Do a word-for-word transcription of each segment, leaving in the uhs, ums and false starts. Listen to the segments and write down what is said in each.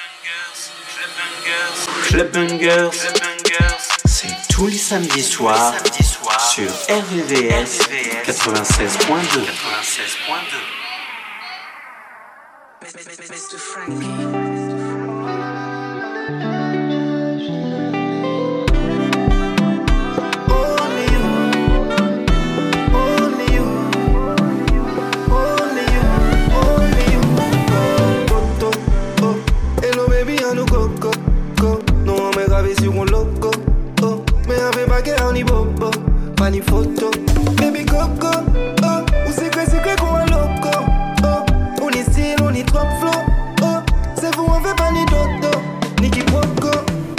Club Bungers, c'est tous les samedis soirs sur R V V S quatre-vingt-seize point deux. mister Frankie. Pani photo, baby coco, oh, ou secret secret qu'on a loco, oh, on est style, on est trop flow, oh, c'est vous on fait pas ni dodo, ni quiproquo.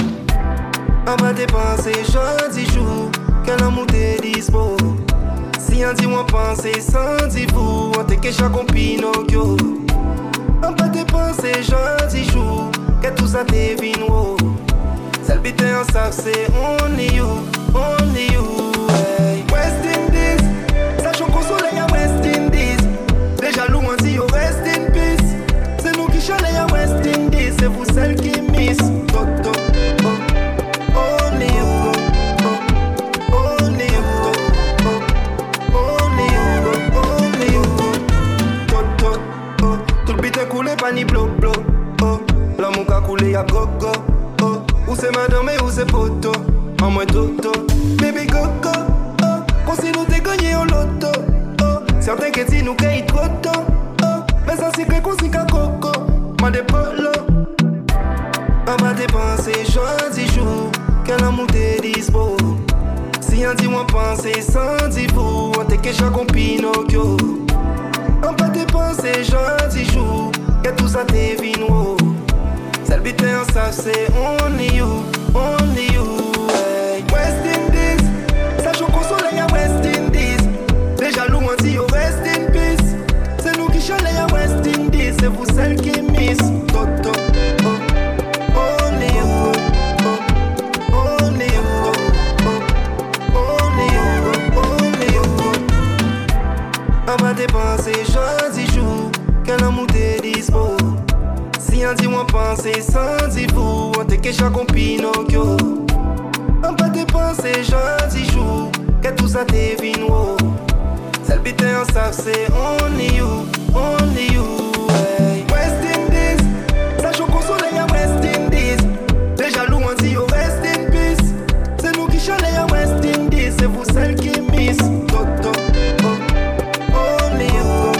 On va dépenser chaque jour, qu'un amour t'est dispo. Si on dit moi penser sans dire vous, on t'est que chaque Pinocchio. On va dépenser chaque jour, que tout ça t'est vino. Celle bite en sac c'est only you, only you. West Indies, sachant qu'on soleil à West Indies. Déjà loup on dit au rest in peace. C'est nous qui chalez à West Indies. C'est vous celles qui miss. Toto, oh, only you, oh, only you, oh, only you, only you. Toto, oh, tout le beat est coulé pas ni bloc bloc. Oh, l'amour qu'a coulé à gogo. Oh, où c'est madame et où c'est poto. En moins toto, baby gogo. Si nous t'es gagné au loto, oh, certains qui disent nous qu'il trop tôt, oh, mais ça c'est que qu'on s'y qu'à coco, m'a des polos. On va dépenser chaque jour, qu'un amour t'est dispo. Si on dit moi penser sans dire vous, on t'est que chaque Pinocchio. On va dépenser chaque jour, que tout ça t'est vino. Celle bite en sac c'est only you, only you. Hey. West Indies, sachant qu'on soleil à West Indies. Déjà loup on dit au rest in peace. C'est nous qui chalez à West Indies. C'est vous celles qui miss. Toto, oh, only you, oh, only you, oh, only you, only you. On va dépenser chaque jour, qu'un amour t'est dispo. Si on dit moi penser sans dire vous, on t'est que chaque Pinocchio. On va dépenser chaque jour, que tout ça t'est vino. Celle bite en sac c'est only you, only you. Hey. West Indies, sachant qu'on soleil à West Indies. Déjà loup on dit au rest in peace. C'est nous qui chalez à West Indies. C'est vous celles qui miss. Toto, oh, only you,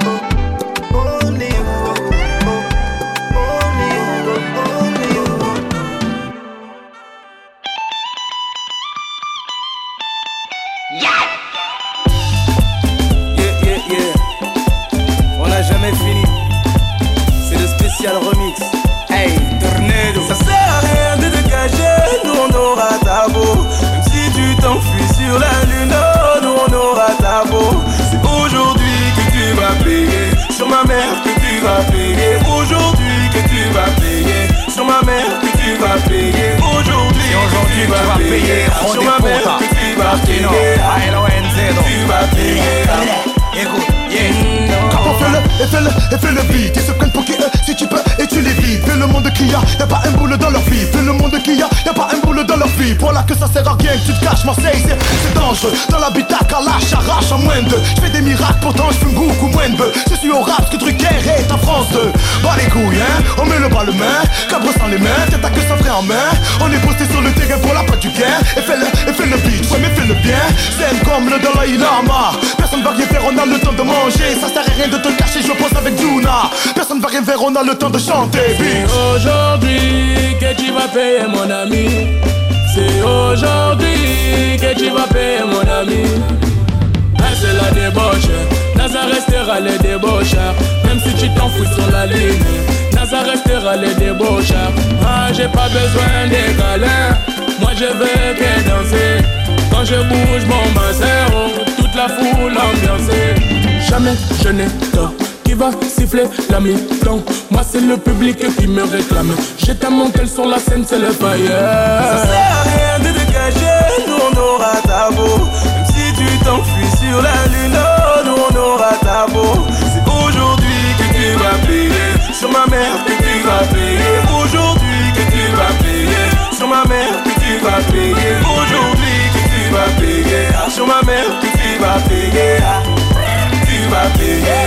oh, only you, oh, only you, only you. Jamais fini, c'est le spécial remix. Hey, Tornado. Ça sert à rien de te cacher, nous on aura ta peau. Même si tu t'enfuis sur la lune, oh, nous on aura ta peau. C'est aujourd'hui que tu vas payer, sur ma mère que tu vas payer. Aujourd'hui que tu vas payer, sur ma mère que tu vas payer. Aujourd'hui, et aujourd'hui tu vas payer, sur ma mère que tu vas payer. Tu vas payer. Écoute, yeah. Quand fais-le, et fais-le, et fais le beat. Ils se prennent pour qui eux, si tu peux, et tu les vides. Fais le monde qu'il y a, y'a pas un boule dans leur vie. Fais le monde qu'il y a, y'a pas un boule dans leur vie. Voilà que ça sert à rien que tu te caches, Marseille, c'est, c'est dangereux. Dans l'habitacle, à lâche, arrache en moins de. J'fais des miracles, pourtant j'fume beaucoup moins de bœuf. Je suis au rap, que Drucker est en France deux. Bas les couilles, hein, on met le bas le main. Cabre sans les mains, t'as que ça ferait en main. On est posté sur le terrain pour la patte du gain. Et fais le, et fais le beat, ouais mais fais le bien. C'est comme le Dalai Lama. Personne va rien faire, on a le temps de manger. Ça sert à rien de te cacher, je pense avec Juna. Personne va rien faire, on a le temps de chanter. C'est aujourd'hui que tu vas payer mon ami. C'est aujourd'hui que tu vas payer mon ami. Ah, c'est la débauche, NASA restera les débauchards. Même si tu t'enfouis sur la ligne, NASA restera les débauchards. Ah, j'ai pas besoin des câlins, moi je veux que danser. Quand je bouge mon bassin, oh, toute la foule ambiancée. Jamais je n'ai tort, qui va siffler la mi-temps. Moi c'est le public qui me réclame. J'étais monté sur la scène, c'est le fire. Ça sert à rien de te cacher, nous on aura ta peau. Même si tu t'enfuis sur la lune, oh, nous on aura ta peau. C'est aujourd'hui que tu vas payer, sur ma mère que tu vas payer. payer. Sur ma mère que tu vas payer. Tu vas payer.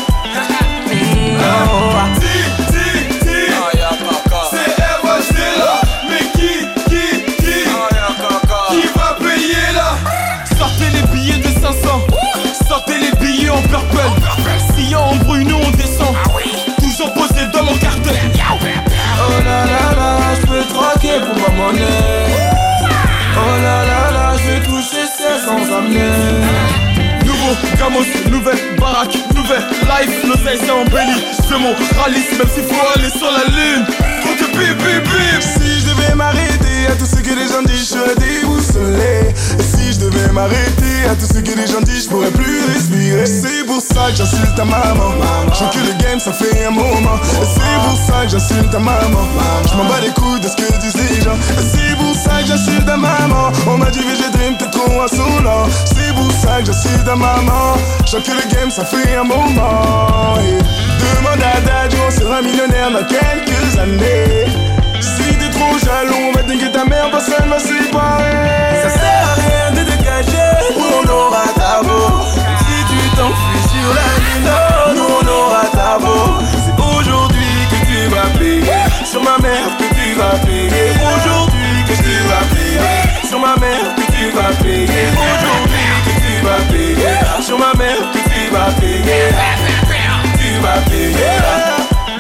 Oh. Ti, ti, ti. C'est Eva, c'est là. Mais qui, qui, qui Qui va payer là? Sortez les billets de cinq cents. Sortez les billets en purple. Si on embrouille, nous on descend. Toujours posé dans mon cartel. Oh là là là, je peux troquer pour ma monnaie. Oh là là là, je vais toucher ça sans amener. Nouveau Gamos, nouvelle baraque, nouvelle life. L'oseille c'est embelli. C'est mon rallye, même s'il faut aller sur la lune. Trop de bip bip bip. Si je devais m'arrêter à tout ce que les gens disent, je serais déboussolé. Et si je devais m'arrêter à tout ce que les gens disent, je pourrais plus respirer. C'est pour ça que j'insulte ta maman. Je que le game ça fait un moment. Et c'est pour ça que j'insulte ta maman. Je m'en bats les couilles de ce que disent les gens. Et c'est pour ça que j'insulte ta maman. On m'a dit V G Dream t'es trop insolent. C'est pour ça que j'insulte ta maman. Je que le game ça fait un moment. Et demande à Daddy, on sera millionnaire dans quelques années. Si t'es trop jaloux, on va dinguer ta mère, personne va séparer. Ça sert à rien de dégager, on aura ta peau. Si tu t'enfuis sur la lune, nous on aura ta peau. C'est aujourd'hui que tu vas payer. Sur ma mère que tu vas payer. Aujourd'hui que tu vas payer. Sur ma mère que tu vas payer. Aujourd'hui que tu vas payer. Sur ma mère que tu vas payer. Tu vas payer.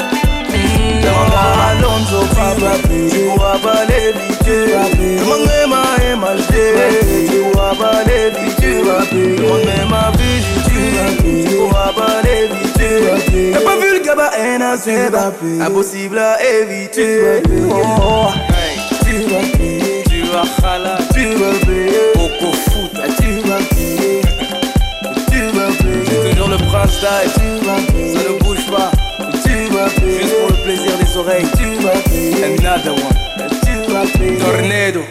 Alonso papa tu pourras pas l'éviter. Demande ma M H D, tu pourras pas l'éviter. Demande ma vie, tu pourras pas l'éviter. T'as pas vu le gaba N A C, impossible à éviter. Oh, tu vas payer, tu vas khala, tu vas payer. Coco foot, tu vas payer, tu vas payer. Toujours le prince d'Aïe, tu vas payer, ça ne bouge pas. Juste pour le plaisir des oreilles, tu vas payer. Another one, tu vas payer. Tornado.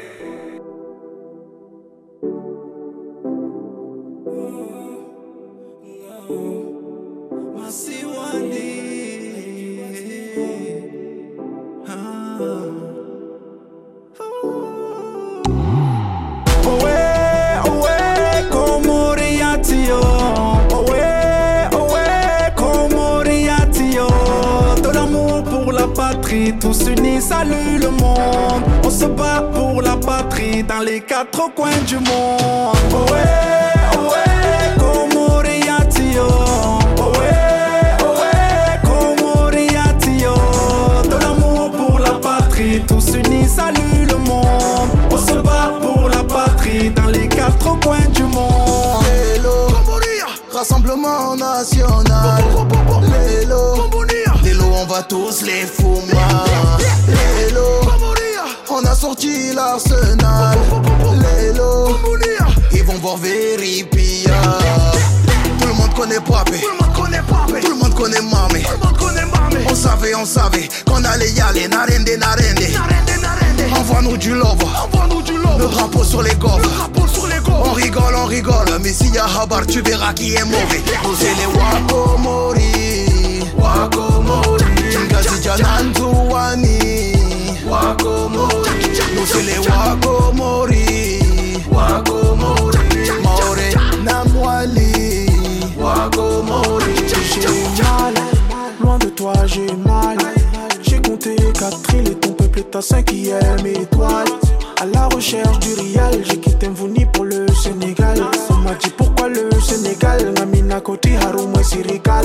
Tous unis, salut le monde. On se bat pour la patrie dans les quatre coins du monde. Oh ouais, oh ouais, Komoriatio. Oh ouais, oh ouais, Komoriatio. De l'amour pour la patrie, tous unis, salut le monde. On se bat pour la patrie dans les quatre coins du monde. Lélo, Rassemblement national. Lélo, Lélo, on va tous les foumer. Lélo, on a sorti l'arsenal. Lélo, ils vont voir Veripia. Tout le monde connaît Papé, tout le monde connaît Papé, tout le monde connaît Mamé, tout le monde connaît Mamé. On savait, on savait qu'on allait y aller. Narende, narende, envoie-nous du love, envoie-nous du love. Le drapeau sur les gommes, le drapeau sur les gommes. On rigole, on rigole, mais s'il y a Habar, tu verras qui est mauvais. Nous c'est les Wakomori, Wakomori. Ngazi Janantuani, Wakomori. Nous c'est les Wakomori, Wakomori. Maore Namwali, Wakomori. J'ai mal, loin de toi j'ai mal. J'ai compté quatre îles et ton peuple est à cinquième étoile. À la recherche du rial, j'ai quitté Mvouni pour le Sénégal. On m'a dit pourquoi le Sénégal. Namina Koti Harouma Sirigal.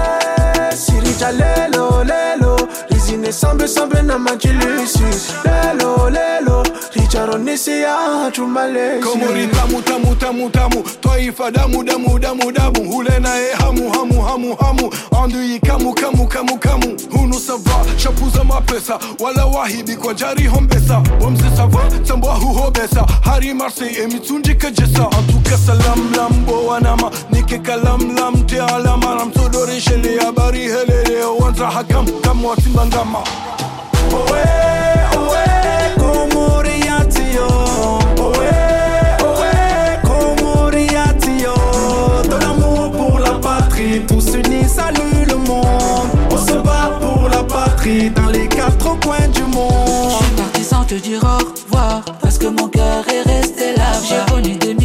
Sirija lelo lelo. Rizine sambe sambe na manjilusi. Lelo lelo. Richaronisi ya chumale. Komori tamu tamu tamu tamu. Toifa damu damu damu damu. Hulena e hamu hamu hamu hamu. Andui kamu kamu kamu kamu. Hunu sava, shapuza mapesa. Wala wahibi kwa jari hombesa. Wamze sava, tambwa huhobesa. Hari Marseille emitsunji kajesa. Antuka salam lambo wanama. Nike kalam lam te alama. Ramsodore shele habari helele. Wanza hakam kam watimbangama. Owe, owe, Komoriatio. Owe, owe, Komoriatio. De l'amour pour la patrie, tous unis, salut le monde. On se bat pour la patrie dans les quatre coins du monde. Je suis parti sans te dire au revoir, parce que mon cœur est resté là-bas. J'ai connu des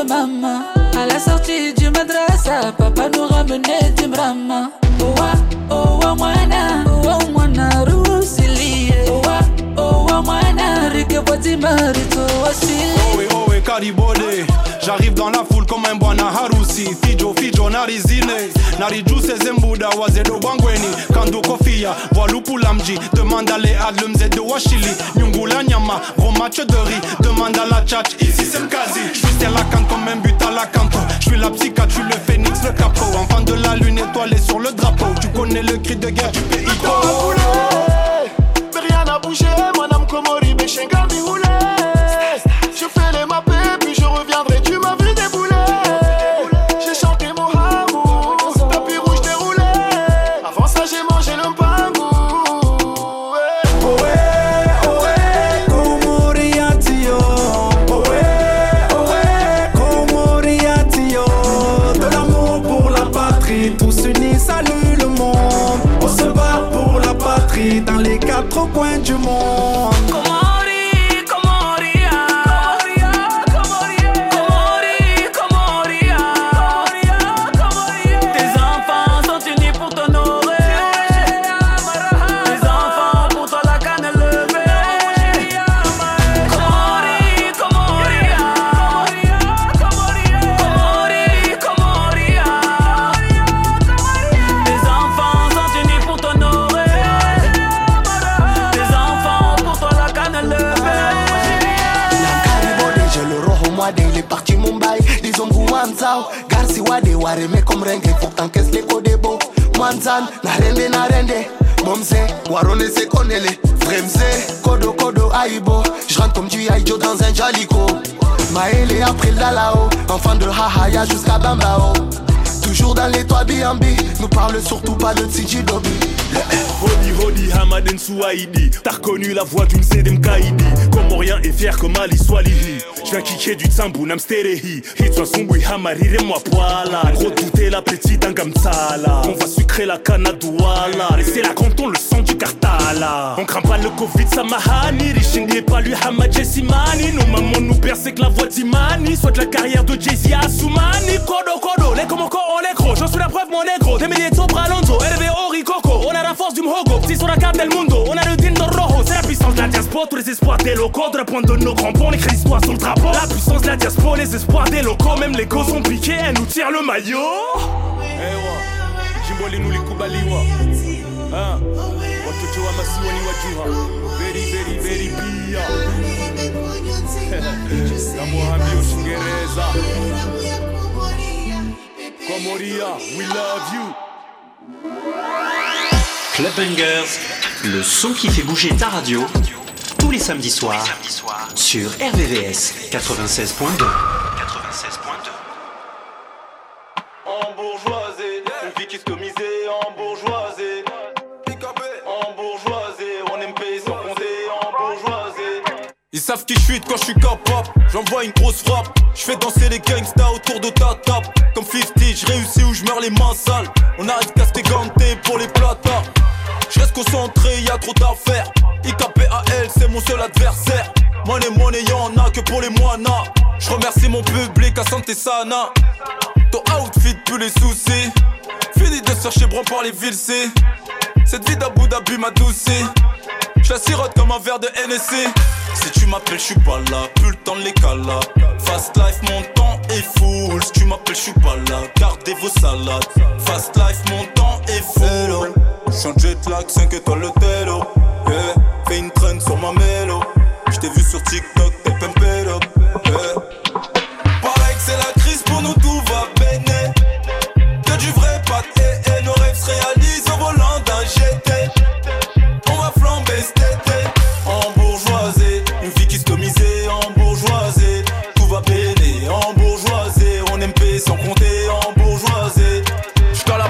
maman. À la sortie du madrasa, papa nous ramenait du brama. Oh wa, oh wa mwana, oh wa mwana rusili. Oh wa, oh wa mwana rike boti marito wasili. Oh oui, oh oui, Karibode. J'arrive dans la foule comme un bwana harusi. Fijo, fijo, narizine. Narijuse zembuda, wazedo bangweni. Kando kofia, voilou pour l'amji. Demande à Léad, le mzé de Washili. Nyungula nyama, gros match de riz. Demande à la tchatch, ici c'est Mkazi. J'suis la canne comme un but à la canto. J'suis la psychiatre, j'suis le phénix, le capot. Enfant de la lune étoilée sur le drapeau. Tu connais le cri de guerre du pays. Mais rien n'a bougé, mon âme Komori, mes chiens mi roulé. Je fais les mappés, puis je reviendrai, tu m'as vu débouler. J'ai chanté mon amour, tapis rouge déroulé. Avant ça j'ai mangé le pangou. Ohé, ohé, Komoriatio. Ohé, ohé, Komoriatio. De l'amour pour la patrie, tous unis, salut le monde. On se bat pour la patrie dans les quatre coins du monde. Il est parti Mumbai, les hommes Wanzao. Garci Wade, Wareme comme Rengue, faut que t'encaisses les Kodebo. Mwanzan, Narende, Narende. Momze, Warone se Konele. Fremze, Kodo, Kodo, Aibo. J'rentre comme du Aïdjo dans un Jaliko. Maëlé après le Dalao. Enfant de Hahaya jusqu'à Bambao. Toujours dans les toits B and B. Nous parle surtout pas de Tsidji Dobi. Hodi Hodi Hamaden Souaïdi. T'as reconnu la voix d'une Zedem Kaidi. Comorien et fier comme Ali Swalihi. J'viens kicker du Tsambu Namsterehi. Hitwa Sumbui Hamarire moi poila. Gros douter la petite Angamtsala. On va sucrer la canne à Douala. Laissez la quand on le sent du Kartala. On craint pas le Covid Samahani. Richindi et pas lui Hamad Jessimani. Nos mamans nous percent que la voix d'Imani. Soit la carrière de Jay-Z à Soumani. Kodo Kodo, les comme encore on les gros. J'en suis la preuve mon négro. Des milliers de Sopralonzo. R V O Ricocco. On a la force du Mhogo. Petit sur la carte del mundo. On a le Dindo Rojo. C'est la puissance de la diaspora. Tous les espoirs des locaux. De la pointe de nos crampons. On écrit l'histoire sur le drapeau. La puissance de la diaspora. Les espoirs des locaux. Même les gosses sont piqués. Elle nous tire le maillot. Eh wa Jimboli nous les kubaliwa. Hein Watoto wa masiwani wajuha. Very very very pia. Namuhambi Ushingereza. Komoria, we love you. Club Bangers, le son qui fait bouger ta radio, tous les samedis soirs, sur R V V S quatre-vingt-seize point deux. En bourgeoisie, une vie qui se customisée en bourgeoisie. En bourgeoisie, on aime payer sans compter en bourgeoisie. Ils savent qui je suis quand je suis capable. J'envoie une grosse frappe. Je fais danser les gangsters autour de ta table. Comme cinquante, je réussis ou je meurs les mains sales. On arrive casqué ganté pour les platas. Je reste concentré, y'a trop d'affaires. I K P A L, c'est mon seul adversaire. Money, money, y'en a que pour les moinas. Je remercie mon public à Santé Sana. Ton outfit pue les soucis. Fini de se faire chez Bron par les villes, c'est. Cette vie d'Abu Dhabi m'a doucé. Je la sirote comme un verre de N S C. Si tu m'appelles, je suis pas là, plus le temps de les cala. Fast life, mon temps est full. Si tu m'appelles, je suis pas là, gardez vos salades. Fast life, mon temps est full. J'suis en jet lag, cinq étoiles le télo. Yeah. Fais une traîne sur ma mélo. J't'ai vu sur TikTok, t'es pimpé up. Yeah. Pareil que c'est la crise, pour nous tout va béné. Que du vrai, pas de hé hé. Nos rêves se réalisent au volant d'un G T. On va flamber cet été. En bourgeoisie, une vie qui se customisée en bourgeoisie. Tout va béné en bourgeoisie. On aime payer sans compter en bourgeoisie. J'dois la passer mais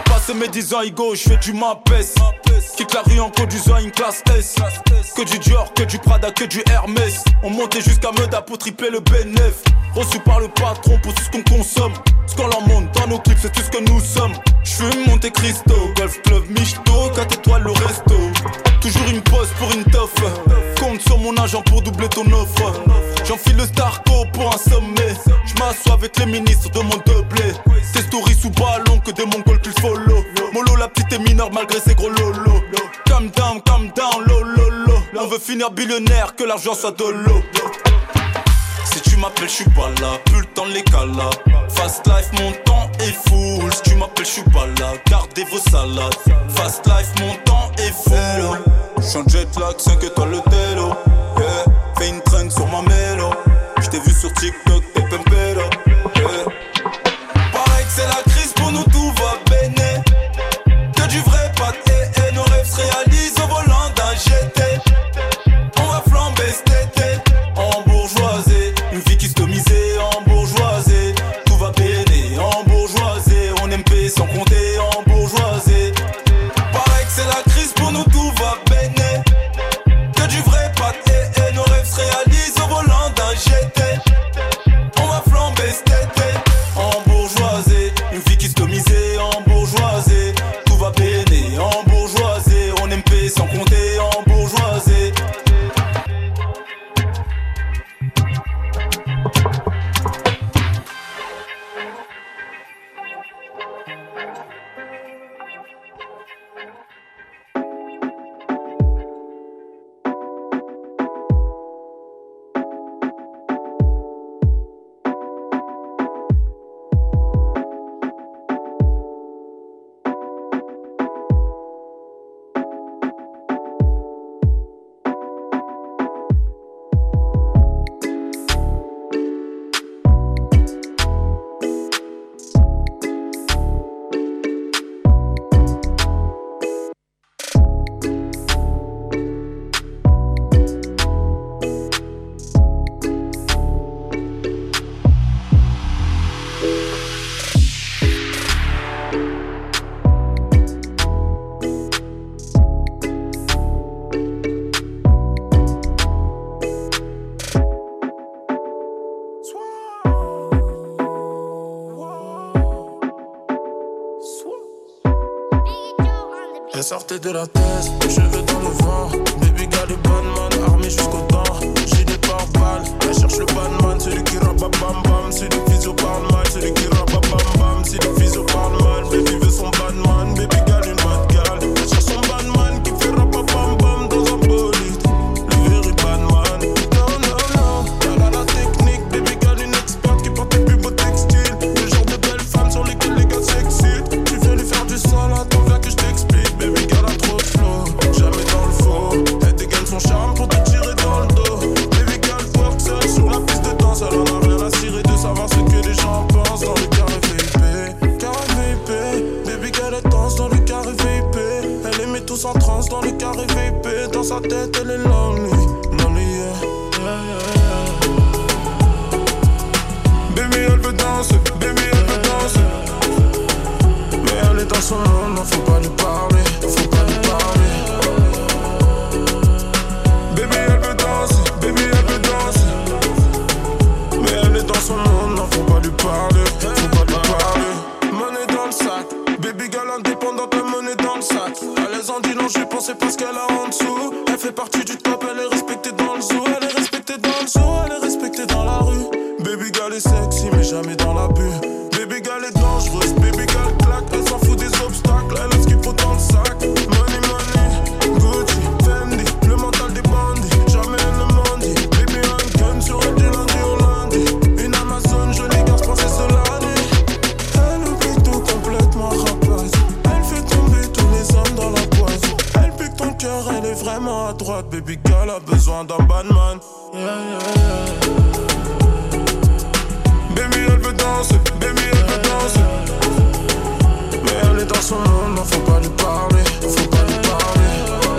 mes dix ans, Igo, je fais du Mapes. Quitte la rue en conduisant une classe S. Que du Dior, que du Prada, que du Hermès. On montait jusqu'à Meda pour tripler le bénéf. Reçu par le patron pour tout ce qu'on consomme. Ce qu'on leur montre dans nos clips, c'est tout ce que nous sommes. J'fume Monte Cristo, Golf Club, Michto, quatre étoiles le resto. Toujours une pause pour une toffe. Compte sur mon agent pour doubler ton offre. J'enfile le Starco pour un sommet. J'm'assois avec les ministres de mon doublé. Tes stories sous ballon que des mongols qu'ils follow. Molo la petite est mineure malgré ses gros lolos. Calm down, calm down, lo lo lo. On veut finir billionnaire, que l'argent soit de l'eau. Si tu m'appelles, j'suis pas là, plus le temps de les cala. Fast life, mon temps est full. Si tu m'appelles, j'suis pas là, gardez vos salades. Fast life, mon temps est full. J'suis en jet lag, cinq étoiles le télo. Yeah. Fais une traîne sur ma mélo. J't'ai vu sur TikTok, t'es pempero. Yeah. Pareil que c'est la crise, pour nous tout va béné. Que du vrai, pas de hé, nos rêves se réalisent au volant d'un G T. On va flamber cet été en bourgeoisie. Une vie customisée en bourgeoisie. Tout va béné en bourgeoisie. On aime payer sans compter en bourgeoisie. Pareil que c'est la crise, pour nous tout va béné. Que du vrai, pas de hé, nos rêves se réalisent au volant d'un G T. On va flamber cet été en bourgeoisie. Une vie customisée en bourgeoisie. Tout va béné en bourgeoisie. On aime payer sans compter en bourgeoisie. Elle sortait de la thèse, les cheveux dans le vent. Baby got le badman, armé jusqu'aux dents. J'ai des pare-balles, elle cherche le badman. Celui qui rappe bam bam, celui qui physio parle mal. Celui qui rappe bam bam, celui qui physio parle mal. Baby veut son badman, baby got une bad gal. Elle cherche son badman qui fait rap bam bam dans un bolide. Le very badman, non non non. Elle a la technique, baby got une experte qui porte les plus beaux textiles. Le genre de belles femmes sur lesquelles les gars s'excitent. Tu viens lui faire du sol, attends viens que je t'explique. Baby girl a trop de flow, jamais dans le faux. Elle dégaine son charme pour te tirer dans le dos. Baby girl porte seule sur la piste de danse. Elle en a rien à cirer de savoir ce que les gens pensent. Dans le carré V I P, carré V I P. Baby girl elle danse dans le carré V I P. Elle les met tous en transe dans le carré V I P. Dans sa tête elle est lonely, lonely yeah, yeah, yeah, yeah. Baby elle veut danser, baby elle veut danser. Mais elle est dans son monde, non faut pas lui parler. Faut pas lui parler. Baby elle veut danser, baby elle veut danser. Mais elle est dans son monde, non faut pas lui parler. Faut pas lui parler. Monnaie dans le sac, baby girl indépendante, la monnaie dans le sac. Elle les en dit non, j'y pensais parce qu'elle a en dessous. Elle fait partie du top, elle est respectée dans le zoo. Elle est respectée dans le zoo, elle est respectée dans la rue. Baby girl est sexy mais jamais dans la bulle. Baby girl est dangereuse, baby girl claque. Elle s'en fout des obstacles, elle a ce qu'il faut dans le sac. Money, money, Gucci, Fendi, le mental des bandits. Jamais elle ne mendie. Baby un gun sur elle du lundi au lundi. Une Amazon, jolie garce, princesse de la nuit. Elle oublie tout complètement rapace. Elle fait tomber tous les hommes dans la poisse. Elle pique ton cœur, elle est vraiment à droite. Baby girl a besoin d'un badman. Yeah, yeah, yeah. Baby elle veut danser, baby elle veut danser. Mais elle est dans son monde, non faut pas lui parler. Faut pas lui parler.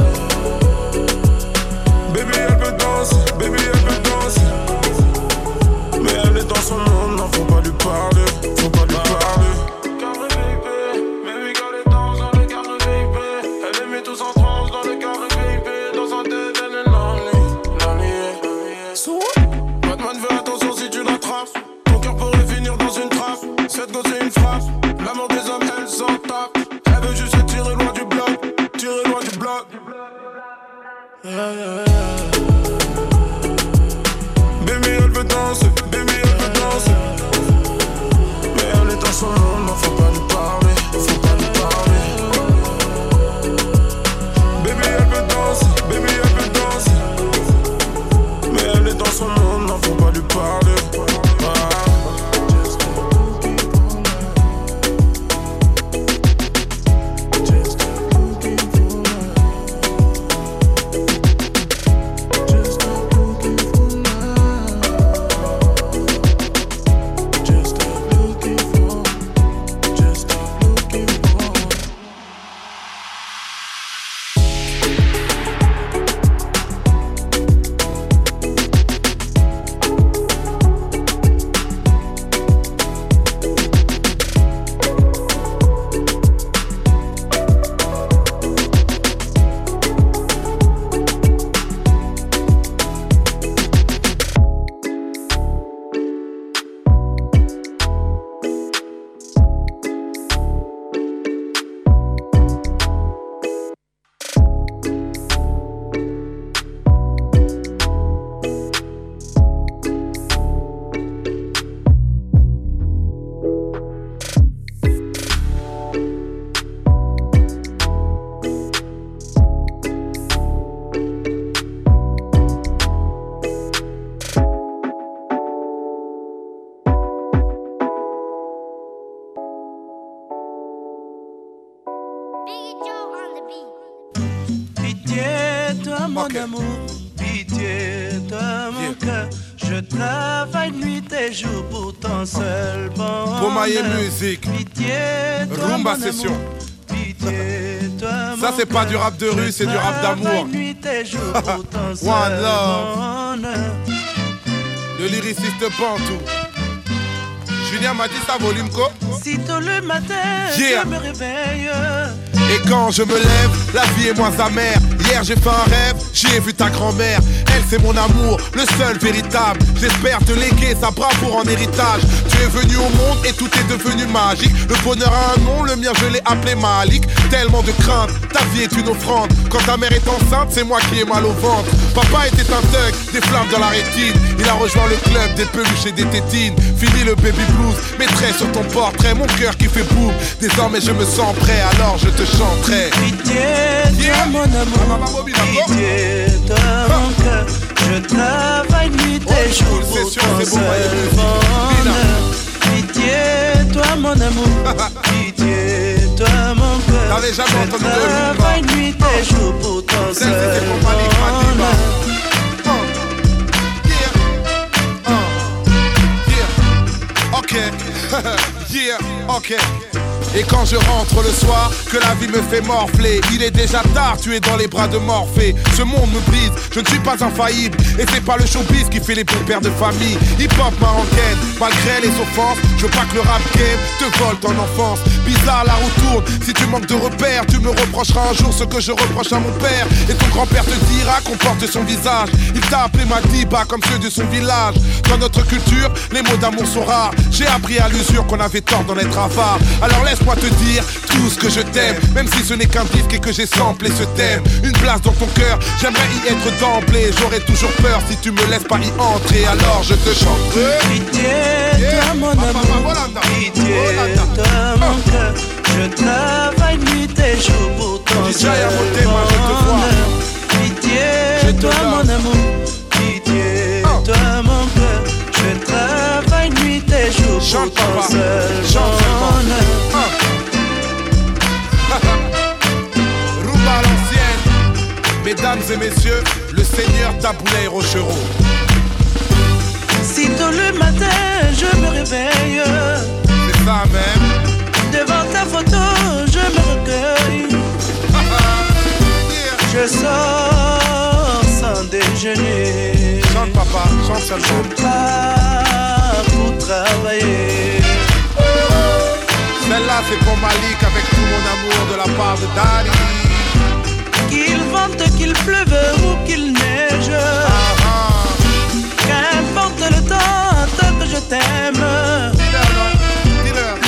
Baby elle veut danser, baby elle veut danser. Mais elle est dans son monde, non faut pas lui parler. Faut pas lui parler. Carré baby, baby girl est dans un cette gosse c'est une frappe. L'amour des hommes elle s'en tape. Elle veut juste se tirer loin du bloc. Tirer loin du bloc. Yeah, yeah, yeah. Baby elle veut danser. Baby elle veut danser. Mais elle est dans son monde, non faut pas lui parler. Faut pas lui parler. Baby elle veut danser. Baby elle veut danser. Mais elle est dans son monde, non faut pas lui parler. mon amour, pitié de mon cœur. Je travaille nuit et jour pour ton seul bonheur. Bomaye musique, pitié de Rumba mon session. amour, pitié de Ça c'est pas du rap de rue, c'est du rap d'amour. nuit et jour pour ton seul One love. bonheur. Le lyriciste Bantou. Julien m'a dit ça, volume co. Si tôt le matin, Yeah. je me réveille. Et quand je me lève, la vie est moins amère. Hier j'ai fait un rêve, j'y ai vu ta grand-mère. Elle c'est mon amour, le seul véritable. J'espère te léguer sa bravoure en héritage. Tu es venu au monde et tout est devenu magique. Le bonheur a un nom, le mien je l'ai appelé Malik. Tellement de crainte, ta vie est une offrande. Quand ta mère est enceinte, c'est moi qui ai mal au ventre. Papa était un thug, des flammes dans la rétine. Il a rejoint le club des peluches et des tétines. Fini le baby blues, mettrai sur ton portrait mon cœur qui fait boum. Désormais je me sens prêt, alors je te chanterai. Pitié Yeah. de mon amour, pitié de mon cœur. Je travaille nuit et jour pour ton seul bonheur. Pitié, toi mon amour, pitié, toi mon cœur. T'avais jamais entendu de Je travaille nuit et jour pour ton Celle, seul c'était pour Malik Madiba. bonheur. Ok, yeah, ok. Et quand je rentre le soir, que la vie me fait morfler, il est déjà tard, tu es dans les bras de Morphée. Ce monde me brise, je ne suis pas infaillible. Et c'est pas le showbiz qui fait les bons pères de famille. Hip-hop marocaine, malgré les offenses, je veux pas que le rap game te vole ton enfance. Bizarre la roue tourne, si tu manques de repères, tu me reprocheras un jour ce que je reproche à mon père. Et ton grand-père te dira qu'on porte son visage. Il t'a appelé Madiba comme ceux de son village. Dans notre culture, les mots d'amour sont rares. J'ai appris à l'usure qu'on avait tort d'en être avare. Alors laisse-moi te dire tout ce que je t'aime, même si ce n'est qu'un disque et que j'ai samplé ce thème. Une place dans ton cœur, j'aimerais y être d'emblée. J'aurais toujours peur si tu me laisses pas y entrer. Alors je te chante. Pitié de mon amour, pitié de mon cœur. Je travaille nuit et jour pour ton seul bonheur. Pitié de mon amour, pitié de mon cœur. Je travaille nuit et jour pour ton seul bonheur. Rumba à l'ancienne. Mesdames et messieurs, le seigneur Taboulay Rochereau. Si tôt le matin je me réveille, c'est ça même. Devant ta photo je me recueille. Je sors sans déjeuner. Chante papa, chante seulement. Je pars pour travailler. Celle-là c'est pour Malik avec tout mon amour de la part de Dali. Qu'il vente, qu'il pleuve ou qu'il neige, qu'importe le temps, tant que je t'aime.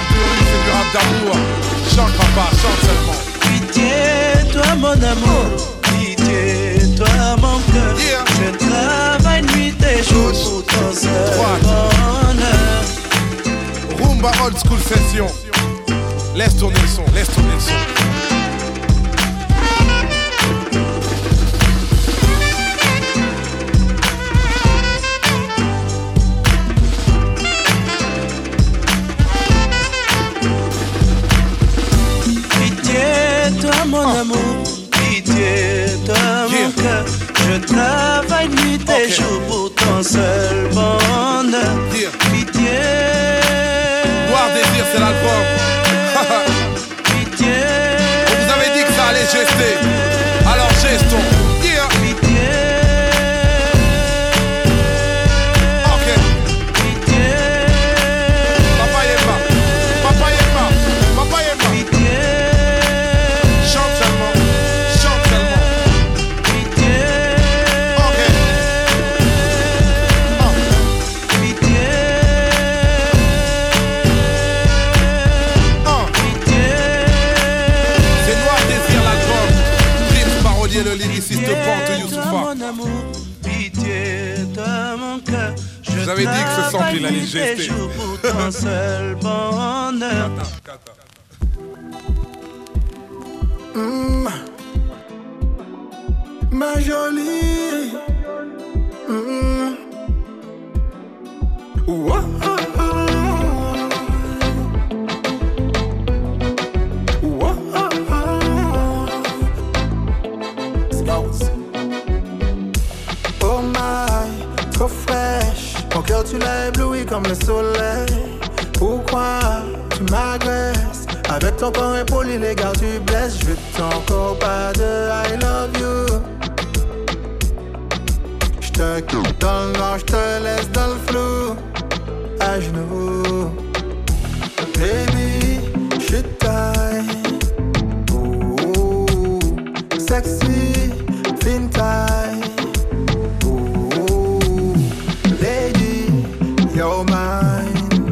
rap de rue, c'est du rap d'amour. Chante pas, chante seulement. Pitié, toi mon amour, pitié, toi mon cœur. Yeah. Je travaille nuit et jour pour ton seul bonheur. Rumba old school session. Laisse tourner le son, laisse tourner le son. Toi mon amour, pitié, toi yeah. mon cœur. Je travaille nuit et okay. jour pour ton seul bonheur. Yeah. Pitié. Boire désir, c'est l'album. Pitié. On vous avait dit que ça allait gester. Alors gestons. Yeah. Pitié. Ok. Pitié. Papa Yema. Papa Yema. Papa Yema. Pitié. Le lyriciste Pente Youssoufa. Mon amour, pitié de mon cœur. Je vous avais dit que ce sample il allait gester. Pour ton seul bonheur. Mmh. Ma jolie. Mmh. Wow. Trop fraîche, mon cœur tu l'as ébloui comme le soleil. Pourquoi tu m'agresses? Avec ton corps impoli, les gars tu blesses. Je veux ton corps, pas de I love you. Je te quitte dans le noir, je te laisse dans le flou. À genoux, baby, je taille. Ooh, sexy, fin taille. You're mine.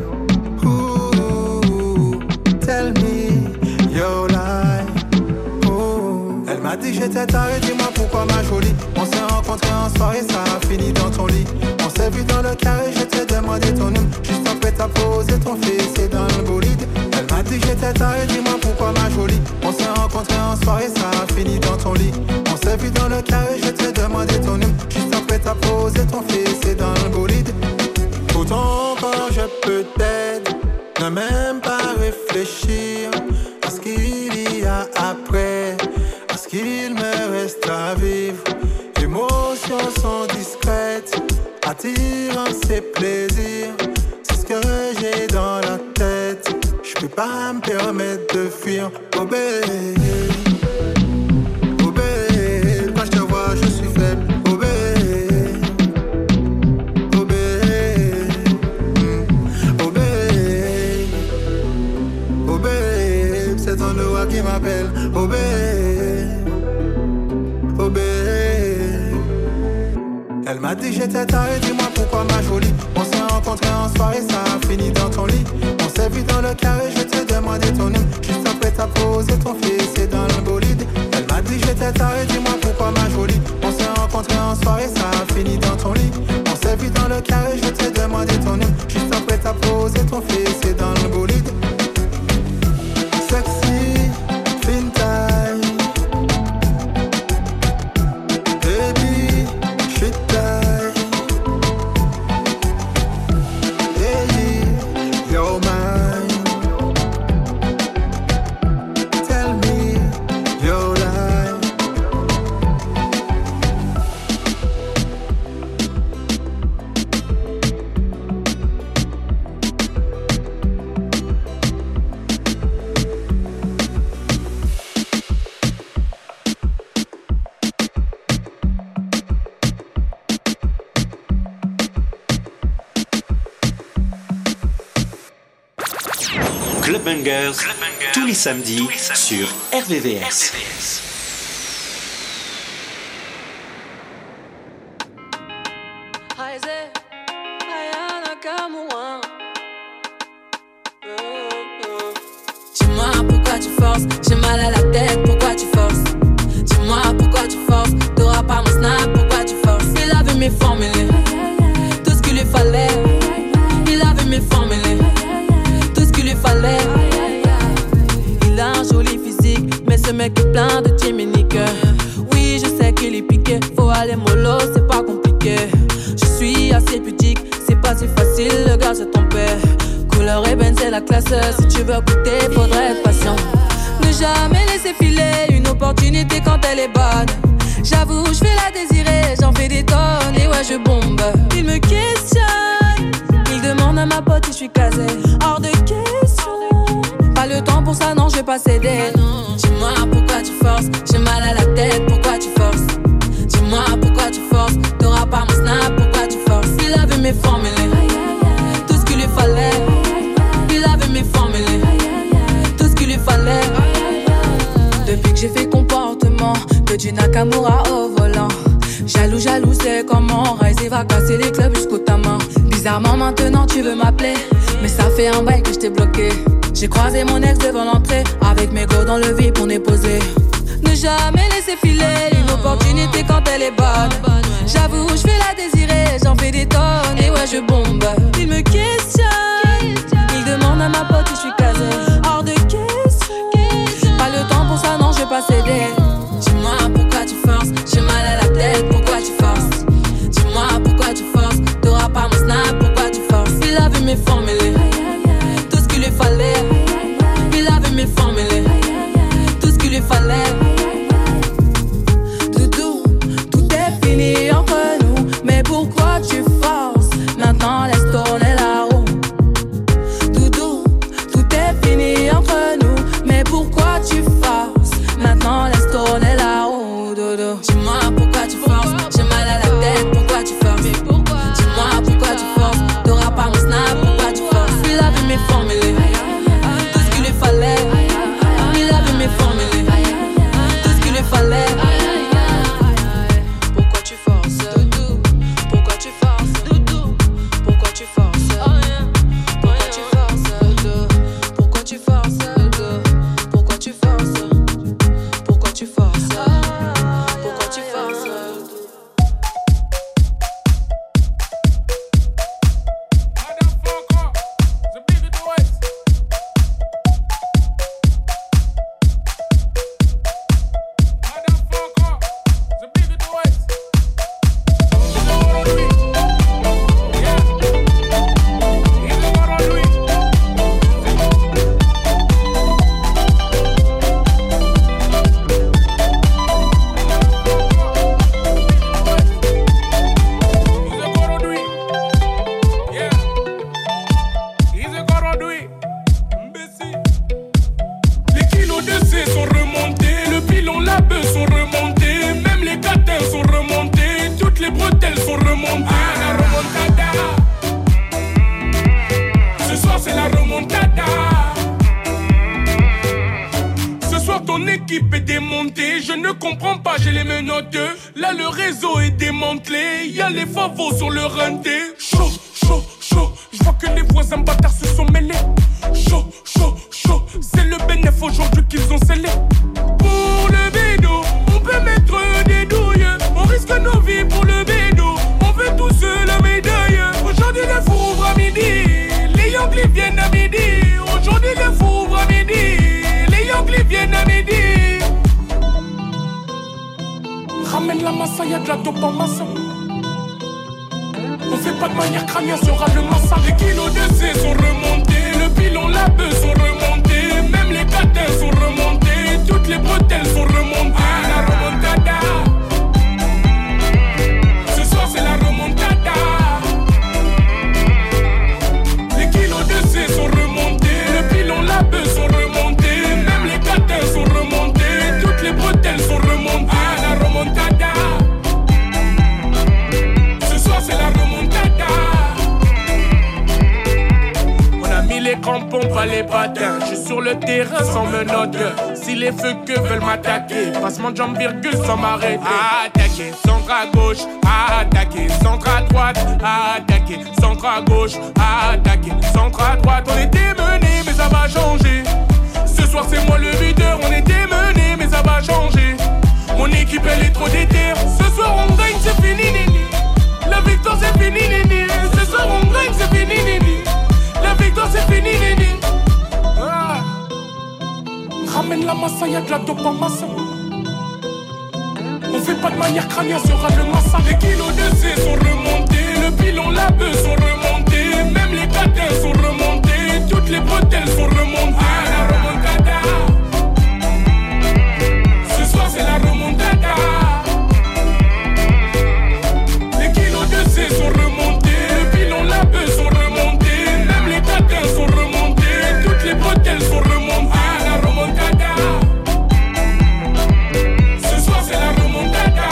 Ooh, tell me your lie. Ooh. Elle m'a dit j'étais taré, dis-moi pourquoi ma jolie. On s'est rencontrés en soirée, ça a fini dans ton lit. On s'est vu dans le carré, je t'ai demandé ton nom. Juste après t'as posé ton fils dans le bolide. Elle m'a dit j'étais taré, dis-moi pourquoi ma jolie. On s'est rencontrés en soirée, ça a fini dans ton lit. On s'est vu dans le carré, je t'ai demandé ton nom. Juste après t'as posé ton fils dans le bolide. Pourtant quand je peux t'aider, ne même pas réfléchir à ce qu'il y a après, à ce qu'il me reste à vivre. Émotions sont discrètes, attirant ses plaisirs. C'est ce que j'ai dans la tête. Je peux pas me permettre de fuir. Oh bébé, oh bébé, quand je te vois je suis faible. Oh bébé. C'est ton doigt qui m'appelle, oh babe, oh babe. Elle m'a dit j'étais taré, dis-moi pourquoi ma jolie. On s'est rencontrés en soirée, ça a fini dans ton lit. On s'est vu dans le carré, je t'ai demandé ton nom. Juste après t'as posé ton fils dans le bolide. Elle m'a dit j'étais taré, dis-moi pourquoi ma jolie. On s'est rencontrés en soirée, ça a fini dans ton lit. On s'est vu dans le carré, je t'ai demandé ton nom. Juste après t'as posé ton fils dans le bolide. Sexy, fin taille. Baby, je taille. Hey, you're mine. Tell me your lie. Club Bangers, tous les samedis sur R V V S. Aize, Ayana Kamua. Oh, oh. mec est plein de timiniques. Oui, je sais qu'il est piqué, faut aller mollo, c'est pas compliqué. Je suis assez pudique, c'est pas si facile, le gars c'est ton père. Couleur ébène c'est la classe, si tu veux goûter, faudrait être patient. Ne jamais laisser filer une opportunité quand elle est bonne. J'avoue, je fais la désirer, j'en fais des tonnes et ouais je bombe. Il me questionne, il demande à ma pote si je suis casé. Hors de question, pas le temps pour ça, non je vais pas céder. Dis-moi pourquoi tu forces, j'ai mal à la tête, pourquoi tu forces. Dis-moi pourquoi tu forces, t'auras pas mon snap, pourquoi tu forces. Il avait mes formules, tout ce qu'il lui fallait. Il avait mes formules, tout ce qu'il lui fallait. Depuis que j'ai fait comportement, que du Nakamura au volant. Jaloux, jaloux, c'est comment Rise va casser les clubs jusqu'au tamin. Bizarrement maintenant tu veux m'appeler, mais ça fait un bail que je t'ai bloqué. J'ai croisé mon ex devant l'entrée, avec mes go dans le vip on est posé. Ne jamais laisser filer une opportunité quand elle est bonne. J'avoue, je fais la désirer, j'en fais des tonnes et ouais je bombe. Il me questionne, il demande à ma pote si je suis casé. Hors de question, pas le temps pour ça, non je vais pas céder. Dis-moi pourquoi tu forces, j'ai mal à la tête, pourquoi tu forces. Dis-moi pourquoi tu forces, t'auras pas mon snap, pourquoi tu forces. Il avait mes formules, tout ce qu'il lui fallait. Il avait mes formules, tout ce qu'il lui fallait. Doudou, tout est fini entre nous, mais pourquoi tu forces? Maintenant laisse tourner la roue. Doudou, tout est fini entre nous, mais pourquoi tu forces? Maintenant laisse tourner la roue, doudou. Dis-moi pourquoi tu forces, j'ai mal à la tête, pourquoi tu forces? Dis-moi pourquoi tu forces, t'auras pas mon snap, pourquoi tu forces? Il avait mes formules, tout ce qu'il lui fallait. Il avait mes formules, tout ce qu'il lui fallait. Pourquoi tu forces, doudou? Pourquoi tu forces, doudou? Pourquoi tu forces? Pourquoi tu forces, doudou? Pourquoi tu forces, doudou? Pourquoi tu forces? Pourquoi tu forces? Pourquoi tu forces? Les kilos de C sont remontés, le pilon, la bœuf sont remontés, même les catins sont remontés, toutes les bretelles sont remontées. Ah, la remontada. Ce soir c'est la remontada. Ce soir ton équipe est démontée, je ne comprends pas, j'ai les menottes. Là le réseau est démantelé, y'a les favos sur le renté. Chaud, chaud, chaud, je vois que les voisins bâtards se sont mêlés. Chaud, chaud, chaud, c'est le bénéf aujourd'hui qu'ils ont scellé. Pour le bédo, on peut mettre des douilles, on risque nos vies pour le bédo, on veut tous la médaille. Aujourd'hui le four ouvre à midi, les Yankees viennent à midi. Aujourd'hui le four ouvre à midi, les Yankees viennent à midi. Ramène la massa, y'a de la dope en massa. On fait pas de manière crânienne, sera le massa. Les kilos de C sont remontés, le pilon, la bœuf sont remontés, même les catins sont remontés, toutes les bretelles sont remontées. Ah, la remontada. Ce soir c'est la remontada. Les kilos de C sont remontés, le pilon, la bœuf sont remontés, même les catins sont remontés, toutes les bretelles sont remontées. Ah, la remontada. Ce soir c'est la remontada. Les crampons, pas les patins. Je suis sur le terrain sans menottes. Si les feux que veulent m'attaquer, passement de jambe virgule sans m'arrêter. Attaquer, centre à gauche. Attaquer, centre à droite. Attaquer, centre à gauche. Attaquer, centre à droite. On était menés, mais ça va changer. Ce soir c'est moi le buteur. On était menés, mais ça va changer. Mon équipe elle est trop déter. Ce soir on gagne, c'est fini, nini. La victoire c'est fini, nini. Ce soir on gagne, c'est fini, nini. La victoire c'est fini, nini. Ah. Ramène la massa, y'a de la dope en masse. On fait pas de manière crânienne, sera le massa. Les kilos de C sont remontés, le pilon, la bœuf sont remontés, même les patins sont remontés, toutes les bretelles sont remontées. Ah, la remontada. Ce soir c'est la remontada. Les kilos de C sont remontés, le pilon, la bœuf sont remontés, même les patins sont remontés, toutes les bretelles sont remontées. Ah, la remontada. Ce soir c'est la remontada.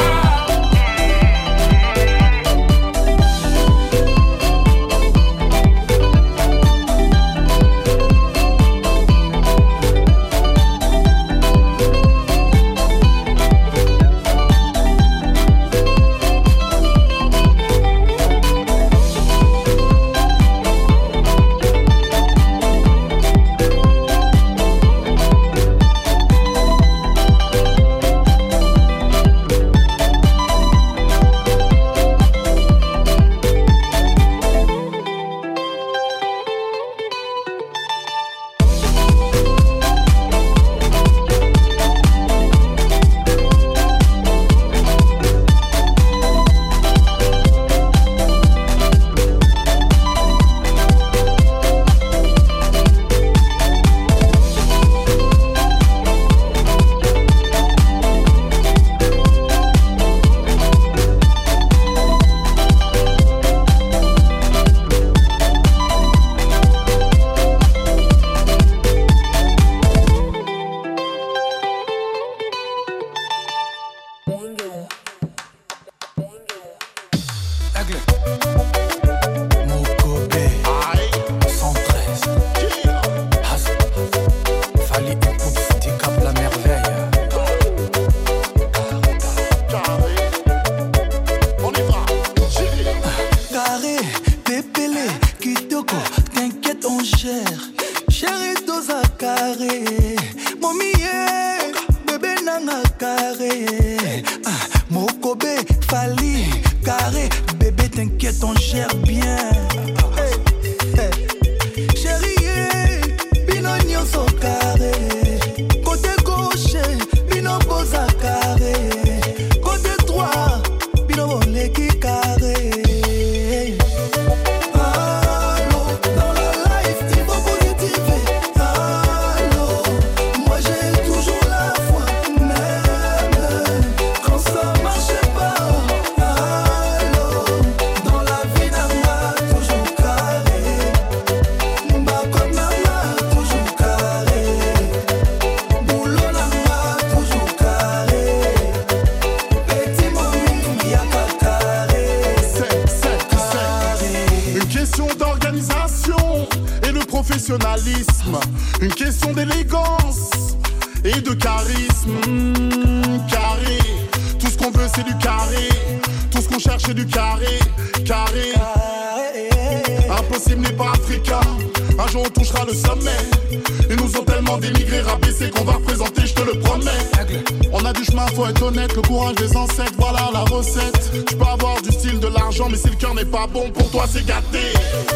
Une question d'élégance et de charisme. Mmh, carré, tout ce qu'on veut c'est du carré. Tout ce qu'on cherche c'est du carré. Carré, impossible n'est pas africain. Un jour on touchera le sommet. Ils nous ont tellement dénigré, rabaissé qu'on va représenter, je te le promets. On a du chemin, faut être honnête, le courage des ancêtres, voilà la recette. Tu peux avoir du style, de l'argent, mais si le cœur n'est pas bon, pour toi c'est gâté.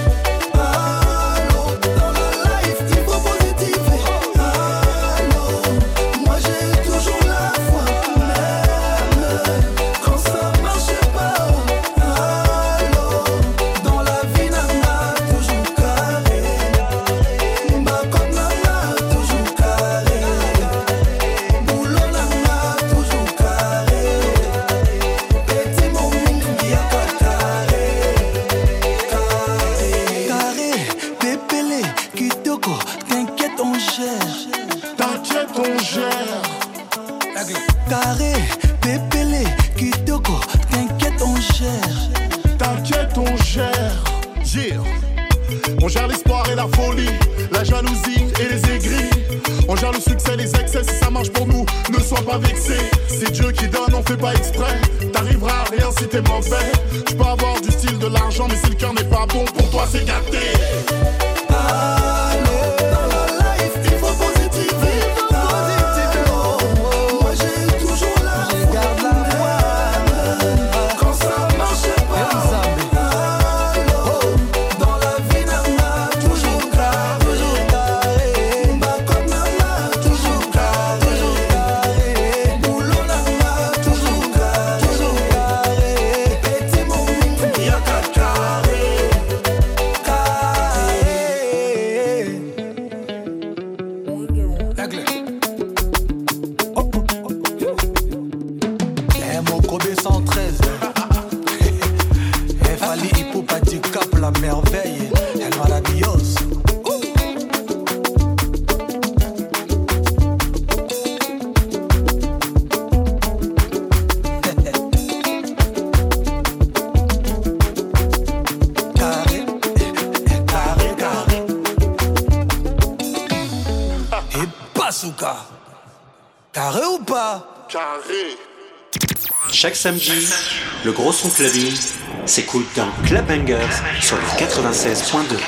Carré, pépélé, kitoko, t'inquiète on gère. T'inquiète on gère. Yeah. On gère l'espoir et la folie, la jalousie et les aigris. On gère le succès, les excès, si ça marche pour nous, ne sois pas vexé. C'est Dieu qui donne, on fait pas exprès. T'arriveras à rien si t'es mauvais. Je peux avoir du style, de l'argent, mais si le cœur n'est pas bon, pour toi c'est gâté. Allô, dans la life, il faut positiver. Moi j'ai toujours la foi. Je garde la foi. Quand ça marche pas. Allô, dans la vie nana, toujours carré. Toujours carré. Bah comme nana, toujours carré. cent treize. Et Fali Hippopati Cap la merveille. El maravilloso. Carré ou pas? Carré. Chaque samedi, le gros son clubbing s'écoute dans Club Bangers sur le quatre-vingt-seize point deux.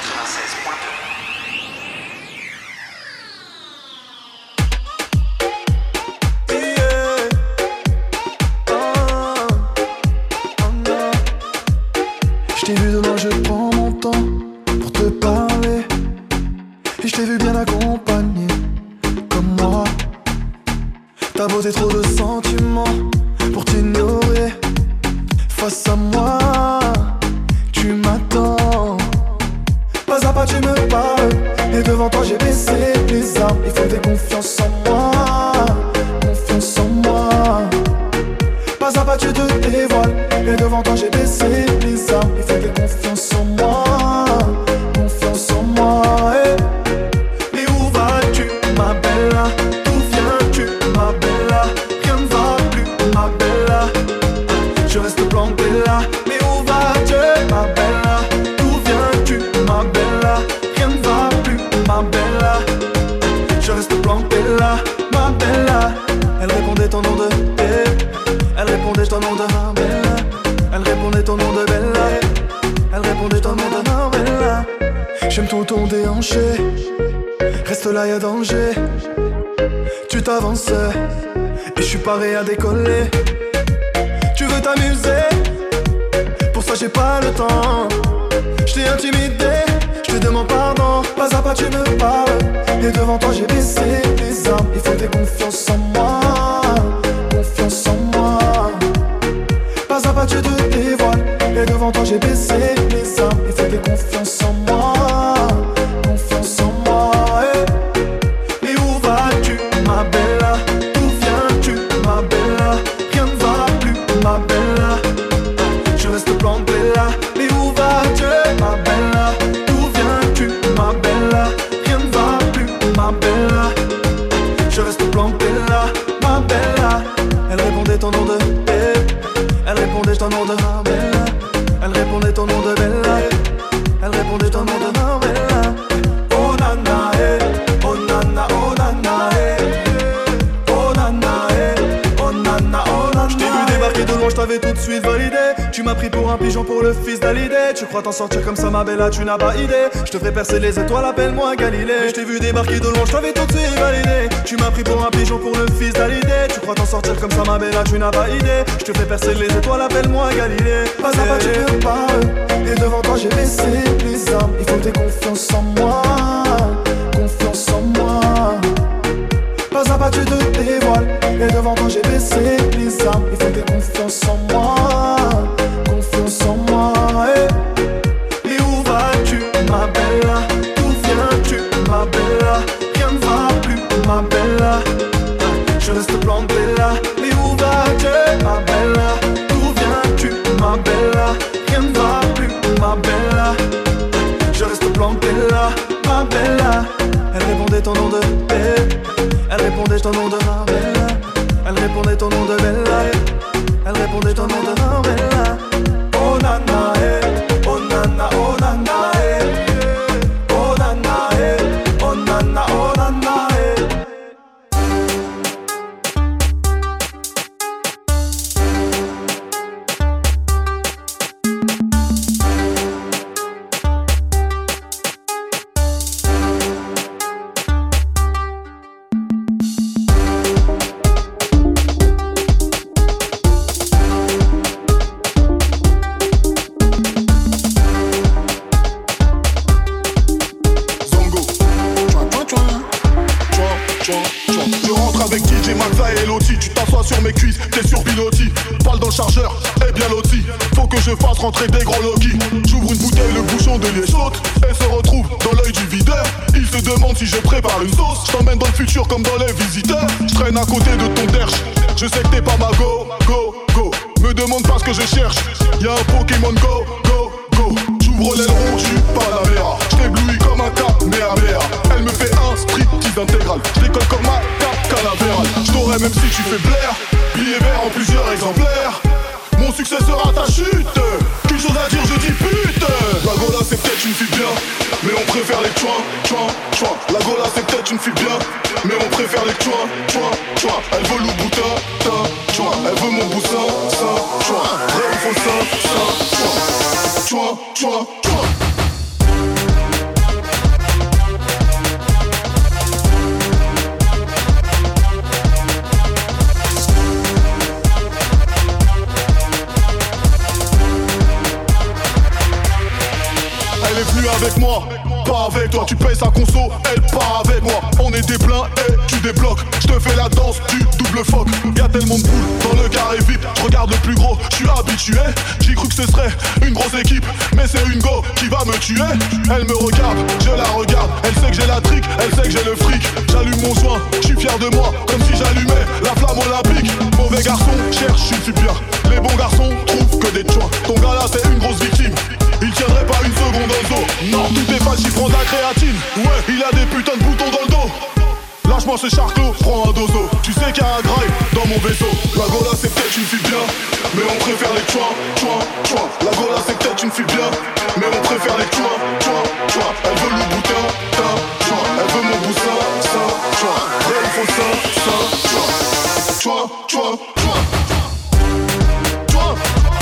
Je t'ai vu de loin, je prends mon temps pour te parler. Et je t'ai vu bien accompagné comme moi. T'as posé trop de sentiments pour t'ignorer. Face à moi, tu m'attends. Pas à pas tu me parles, et devant toi j'ai baissé les armes. Il faut que t'aies confiance en moi, confiance en moi. Pas à pas tu te dévoiles, et devant toi j'ai baissé les armes. Il faut que t'aies confiance en moi, confiance en moi. Hey. Mais où vas-tu ma bella? D'où viens-tu ma bella? Rien ne va plus ma bella. Je reste planté là. Mais où vas-tu ma bella? D'où viens-tu ma bella? Rien ne va plus ma bella. Je reste planté là, ma bella. Elle répondait ton nom de belle. Elle répondait ton nom de ma bella. Elle répondait ton nom de bella. Elle répondait ton nom de ma bella. J'aime tout ton déhanché. Reste là, y'a danger. Tu t'avances et je suis paré à décoller. Tu veux t'amuser, pour ça j'ai pas le temps. Je t'ai intimidé, je te demande pardon. Pas à pas tu me parles, et devant toi j'ai baissé les armes. Il faut que t'aies confiance en moi, confiance en moi. Pas à pas tu te dévoiles, et devant toi j'ai baissé les armes. Il faut que t'aies confiance en moi, confiance en moi. Hey. Mais où vas-tu ma bella? D'où viens-tu ma bella? Rien ne va plus ma bella. Je reste planté là. Mais où vas-tu ma bella? D'où viens-tu ma bella? Rien ne va plus ma bella. Je reste planté là, ma bella. Elle répondait ton nom de belle. Elle répondait ton nom de ma bella. Elle répondait ton nom de bella. Elle répondait ton nom de ma bella. Oh nana eh, oh nana, oh nana eh. Oh nana eh, oh nana, oh nana. Je t'ai vu débarquer de loin, je t'avais tout de suite validé. Tu m'as pris pour un pigeon pour le fils d'Hallyday. Tu crois t'en sortir comme ça ma bella, tu n'as pas idée. Je te ferai percer les étoiles, appelle-moi Galilée. Je t'ai vu débarquer de loin, je t'avais tout de suite validé. Tu m'as pris pour un pigeon pour le fils d'Hallyday. Tu crois t'en sortir comme ça ma bella, tu n'as pas idée. Je te ferai percer les étoiles, appelle-moi Galilée. Pas à pas tu me parles, et devant toi j'ai baissé les armes. Il faut que t'aies confiance en moi, confiance en moi. Pas à pas tu te dévoiles, et devant toi j'ai baissé les armes. Il faut que t'aies confiance en moi, confiance en moi. Hey. Et où vas-tu ma bella? D'où viens-tu ma bella? Rien ne va plus ma bella. Je reste planté là. Mais où vas-tu ma bella? D'où viens-tu ma bella? Rien ne va plus ma bella. Je reste planté là, ma bella. Elle répondait ton nom de belle. Elle répondait ton nom de ma bella. Elle répondait ton nom de bella. Elle répondait ton nom de ma bella. Oh nana eh, oh nana, oh nana eh. Oh nana eh, oh nana, oh nana eh. Je rentre avec D J Maxa et Loti. Tu t'assois sur mes cuisses, t'es sur Pilotis. Balle dans le chargeur, et bien loti. Faut que je fasse rentrer des gros logis. J'ouvre une bouteille, le bouchon de liège saute et se retrouve dans l'œil du videur. Il se demande si je prépare une sauce. Je t'emmène dans le futur comme dans les visiteurs. Je traîne à côté de ton derche. Je sais que t'es pas ma go, go, go. Me demande pas ce que je cherche. Y'a un Pokémon Go, go, go. J'ouvre l'aileron, j'suis pas la mère. J't'éblouis comme un Kamehameha. Elle me fait un striptease intégral. J'décolle comme ma cap canavéral. J't'aurais même si tu fais blaire. Billet vert en plusieurs exemplaires. Mon succès sera ta chute. Qu'une chose à dire, je dis pute. La Gola c'est peut-être une fille bien, mais on préfère les chouins, chouins, chouins. La Gola c'est peut-être une fille bien, mais on préfère les chouins, chouins, chouins. Elle veut le boutin, ta, chouin. Elle veut mon boussin, ça, chouin. Vrai ou faux ça, ça, chouin. Chouin, chouin, chouin. Elle est venue avec moi, pas avec toi. Tu payes sa conso, elle part avec moi. On est des pleins et tu débloques. Je te fais la danse du double phoque. Y'a tellement de boules dans le carré vip. Je regarde le plus gros, je suis habitué. J'ai cru que ce serait une grosse équipe, mais c'est une go qui va me tuer. Elle me regarde, je la regarde. Elle sait que j'ai la trique, elle sait que j'ai le fric. J'allume mon joint, je suis fier de moi, comme si j'allumais la flamme olympique. Mauvais garçon, cherche une fille bien. Les bons garçons trouvent que des chouins. Ton gars là c'est une grosse victime. Il tiendrait pas une seconde dans le dos. Non, tout est facile, prends de la créatine. Ouais, il a des putains de boutons dans le dos. Lâche-moi ce charclos, prends un dozo. Tu sais qu'il y a un graille dans mon vaisseau. La Gola c'est peut-être une fille bien, mais on préfère les chouins, chouins, chouins. La Gola c'est peut-être une fille bien, mais on préfère les chouins, chouins, chouins. Elle veut le boutin, ta, chouin. Elle veut mon boussin, ça, chouin. Vrai ou faux ça, ça, chouin. Chouin, chouin, chouin. Chouin.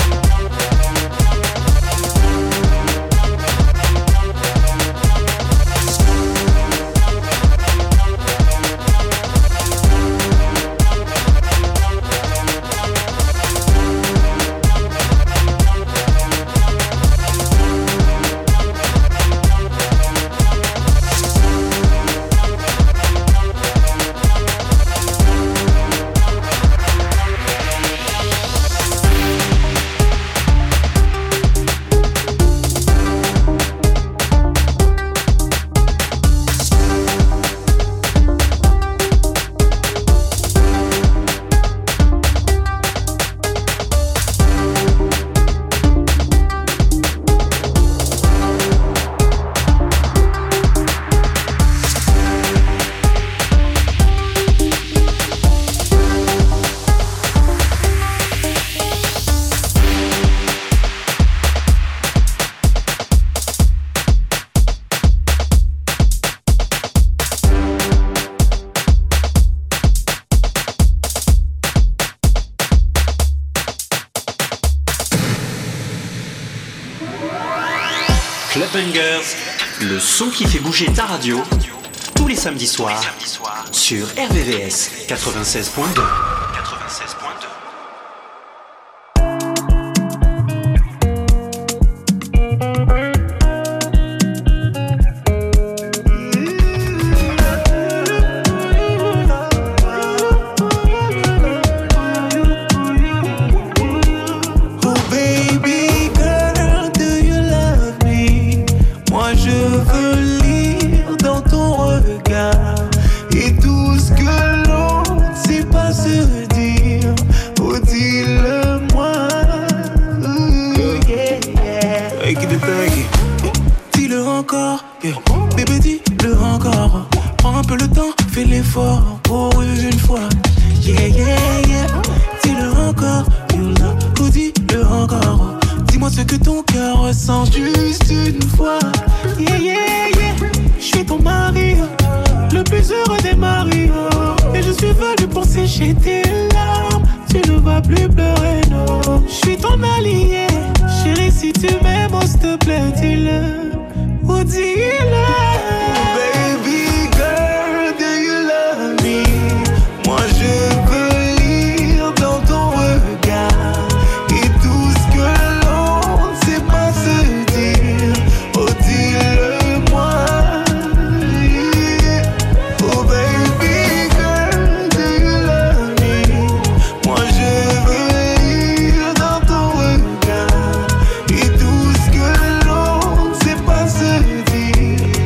Club Bangers, le son qui fait bouger ta radio, tous les samedis soirs, sur R V V S quatre-vingt-seize point deux. Pas se dire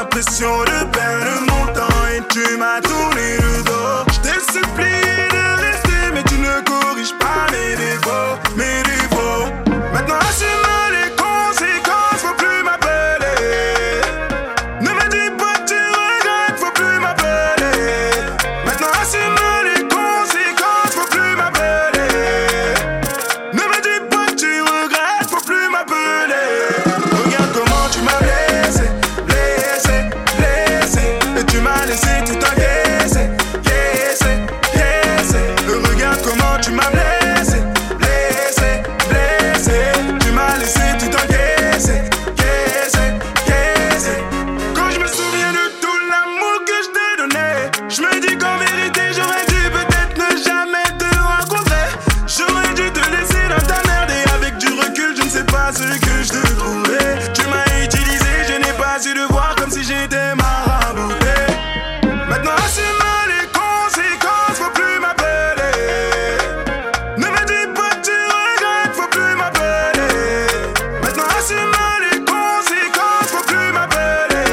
l'impression de perdre mon temps et tu m'as tourné le dos. Je t'ai supplié de rester mais tu ne corriges pas mes défauts, mes défauts. Maintenant assume les conséquences, faut plus m'appeler. Ne me dis pas que tu regrettes, faut plus m'appeler. Maintenant assume les conséquences, faut plus m'appeler. Ne me dis pas que tu regrettes, faut plus m'appeler. Regarde comment tu m'as blessé, blessé, blessé. Et tu m'as laissé tout encaisser, caisser, caisser. Regarde comment tu m'as blessé, blessé, blessé. Tu m'as laissé tout encaisser, caisser, caisser. Quand je me souviens de tout l'amour que je t'ai donné, je me dis qu'en vérité j'aurais dû peut-être ne jamais te rencontrer. J'aurais dû te laisser dans ta merde et avec du recul je ne sais pas ce que je te trouvais. Tu m'as utilisé, je n'ai pas su de voir comme si j'étais marabouté. Maintenant assume les conséquences, faut plus m'appeler. Ne me dis pas que tu regrettes, faut plus m'appeler. Maintenant assume les conséquences, faut plus m'appeler.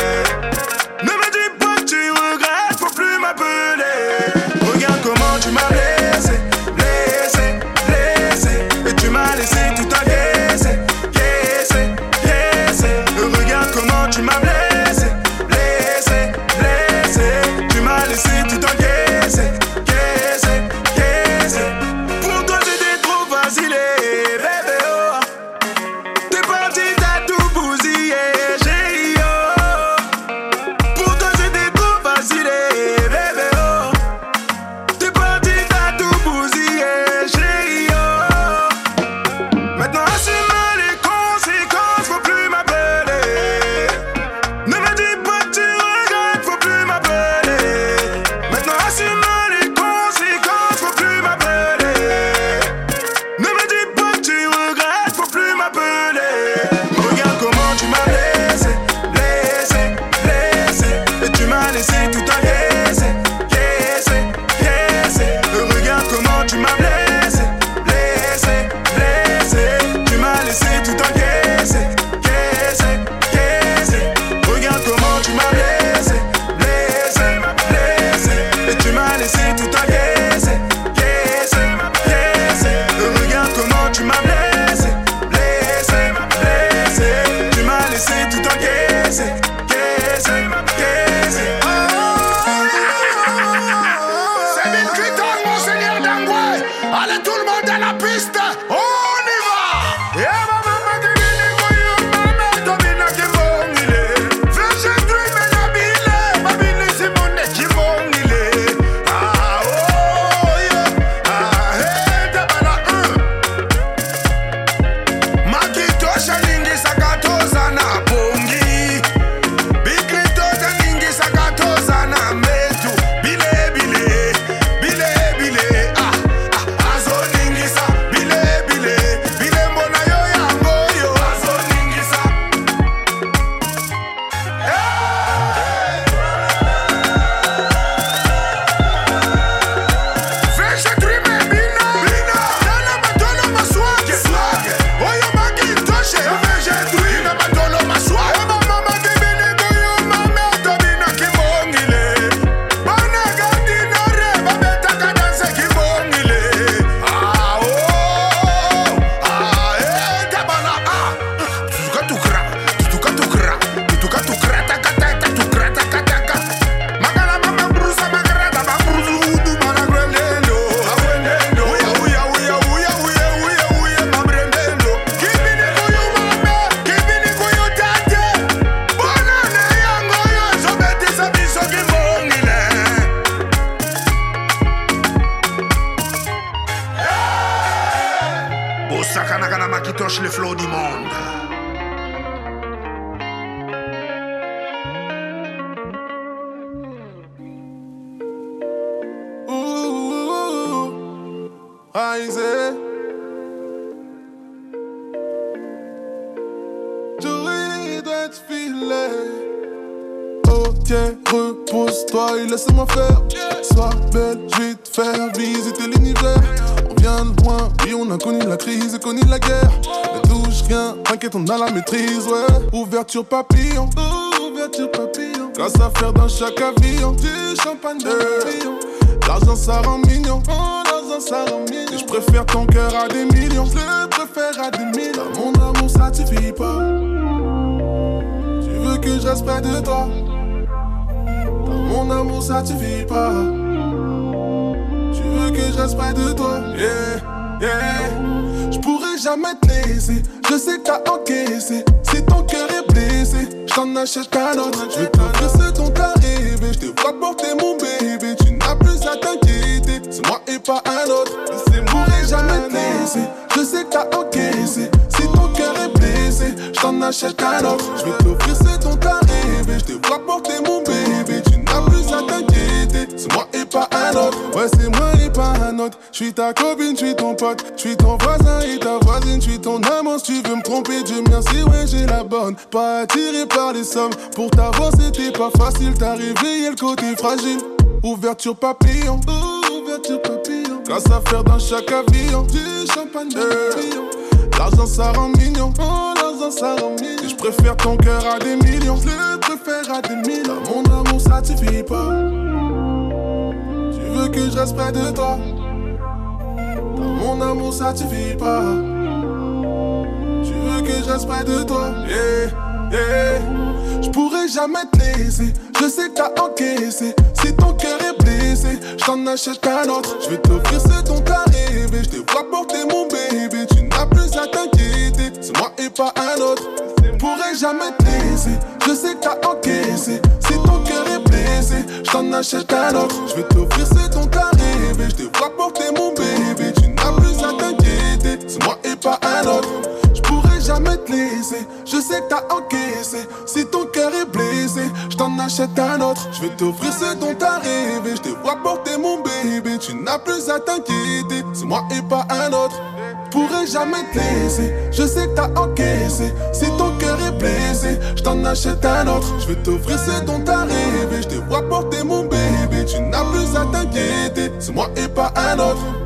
Ne me dis pas que tu regrettes, faut plus m'appeler. Regarde comment tu m'as blessé, blessé, blessé. Et tu m'as laissé tout encaisser, caisser, caisser. Regarde comment tu m'as blessé, blessé, blessé. Tu m'as laissé tout encaisser, caisser, caisser. Pour toi c'était trop facile, bébé oh. T'es parti, t'as tout bousillé, chérie oh. Pour toi c'était trop facile, bébé oh. T'es parti, t'as tout bousillé, chérie oh. Maintenant assume les conséquences, faut plus m'appeler. Ne me dis pas que tu regrettes, faut plus m'appeler. Maintenant assume les conséquences, faut plus m'appeler. Ne me dis pas que tu regrettes, faut plus m'appeler. Regarde comment tu m'as blessé, blessé, blessé. Et tu m'as laissé tout encaisser, caisser, caisser. Regarde comment tu m'as blessé, blessé, blessé. Tu m'as laissé tout encaisser, caisser, caisser. Regarde comment tu m'as blessé, blessé, blessé. Et tu m'as laissé tout encaisser, caisser, caisser. Regarde comment tu m'as blessé, blessé, blessé. Tu m'as laissé tout encaisser, caisser, caisser. C'est Bill Clinton, Monseigneur Dangway. Allez tout le monde à la piste, on y va. Yeah, ma maman qui vient de ma mère domine qui mongile. Virgin Dream et Nabile, ma bine Simone qui mongile. Ah oh yeah, ah hey, tabala un. Makito shalingi sakatoza na pongi. Bill Clinton shalingi sakatoza na metu. Bile bile, bile bile, ah ah azoningisa. Bile bile, bile mbona yo yango yo azoningisa. Fresh Dream et Bina, Bina. Dana matolo ma swag, swag. Oyo Macintosh, Fresh Dream. Dana matolo ma swag. Eba mama ki bini goyo mame to bina ki mongile. Bana gandi nore babeta kadanse ki mongile. Ah oh, ah eh tabala ah. Tutuka tukra, tutuka tukra, tutuka tukra taka taka tukra taka taka. Magala mama brusa magara baba brusu udu mana grandendo. Agrandendo. Uya uya uya uya uya uya uya mabrendendo. Kibini koyo mame, kibini koyo tate. Bona ne yango yo sobeti sabiso ki mongile. Bosaka nakana Macintosh le flow du monde. Ouh, Isaac. Joey doit être filé. Oh tiens, repose-toi et laisse-moi faire. Sois belle, je vais te faire visiter l'univers. On vient de loin, oui on a connu la crise et connu la guerre. Ne touche rien, t'inquiète on a la maîtrise, ouais. Ouverture papillon, ouverture papillon. Grâce à faire dans chaque avion du champagne de l'avion. L'argent ça rend mignon, oh l'argent ça rend mignon. Et je préfère ton cœur à des millions, je le préfère à des millions. Mon amour ça te suffit pas. Tu veux que je reste près de toi. Mon amour ça te suffit pas. Tu veux que je reste près de toi. Yeah, yeah. Je pourrais jamais te laisser. Je sais que t'as encaissé. Si ton cœur est blessé, je t'en achète un autre. Je vais t'offrir ce dont t'as rêvé. Je te vois porter mon bébé. Tu n'as plus à t'inquiéter. C'est moi et pas un autre. Je pourrais jamais te laisser. Je sais que t'as encaissé. Si ton cœur est blessé, je t'en achète un autre. Je vais t'offrir ce dont t'as rêvé. Je te vois porter mon bébé. Tu n'as plus à t'inquiéter. C'est moi et pas un autre. Ouais, c'est moi et pas un autre. Je suis ta copine, je suis ton pote. Je suis ton voisin et ta voisine. Je suis ton amant. Si tu veux me tromper, Dieu merci, ouais, j'ai la bonne. Pas attiré par les sommes. Pour t'avoir, c'était pas facile. T'as réveillé le côté fragile. Ouverture papillon. Ouverture papillon. Grâce à faire dans chaque avion du champagne de l'avion. L'argent ça rend mignon. Oh, l'argent ça rend mignon. Et je préfère ton cœur à des millions. Je le préfère à des millions. Mon amour ça te suffit pas. Tu veux que je reste près de toi. Mon amour ça te suffit pas. Tu veux que je reste près de toi. Yeah, yeah. Je pourrais jamais te laisser. Je sais que t'as encaissé. Si ton cœur est blessé, je t'en achète un autre. Je vais t'offrir ce dont t'as rêvé. Je te vois porter mon bébé. Tu n'as plus à t'inquiéter. C'est moi et pas un autre. Je pourrais jamais te laisser. Je sais que t'as encaissé. Si ton cœur est blessé, je t'en achète un autre. Je vais t'offrir ce dont t'as rêvé. Je te vois porter mon bébé. Tu n'as plus à t'inquiéter. C'est moi et pas un autre. Je pourrais jamais te laisser. Je sais que t'as encaissé. Si ton cœur est blessé, je t'en achète un autre. Je vais t'offrir ce dont t'as rêvé. Je te vois porter mon bébé. Tu n'as plus à t'inquiéter. C'est moi et pas un autre. Je pourrais jamais te laisser. Je sais que t'as encaissé. Si ton cœur est blessé, je t'en achète un autre. Je vais t'offrir ce dont t'as rêvé. Je te vois porter mon bébé. Tu n'as plus à t'inquiéter. C'est moi et pas un autre.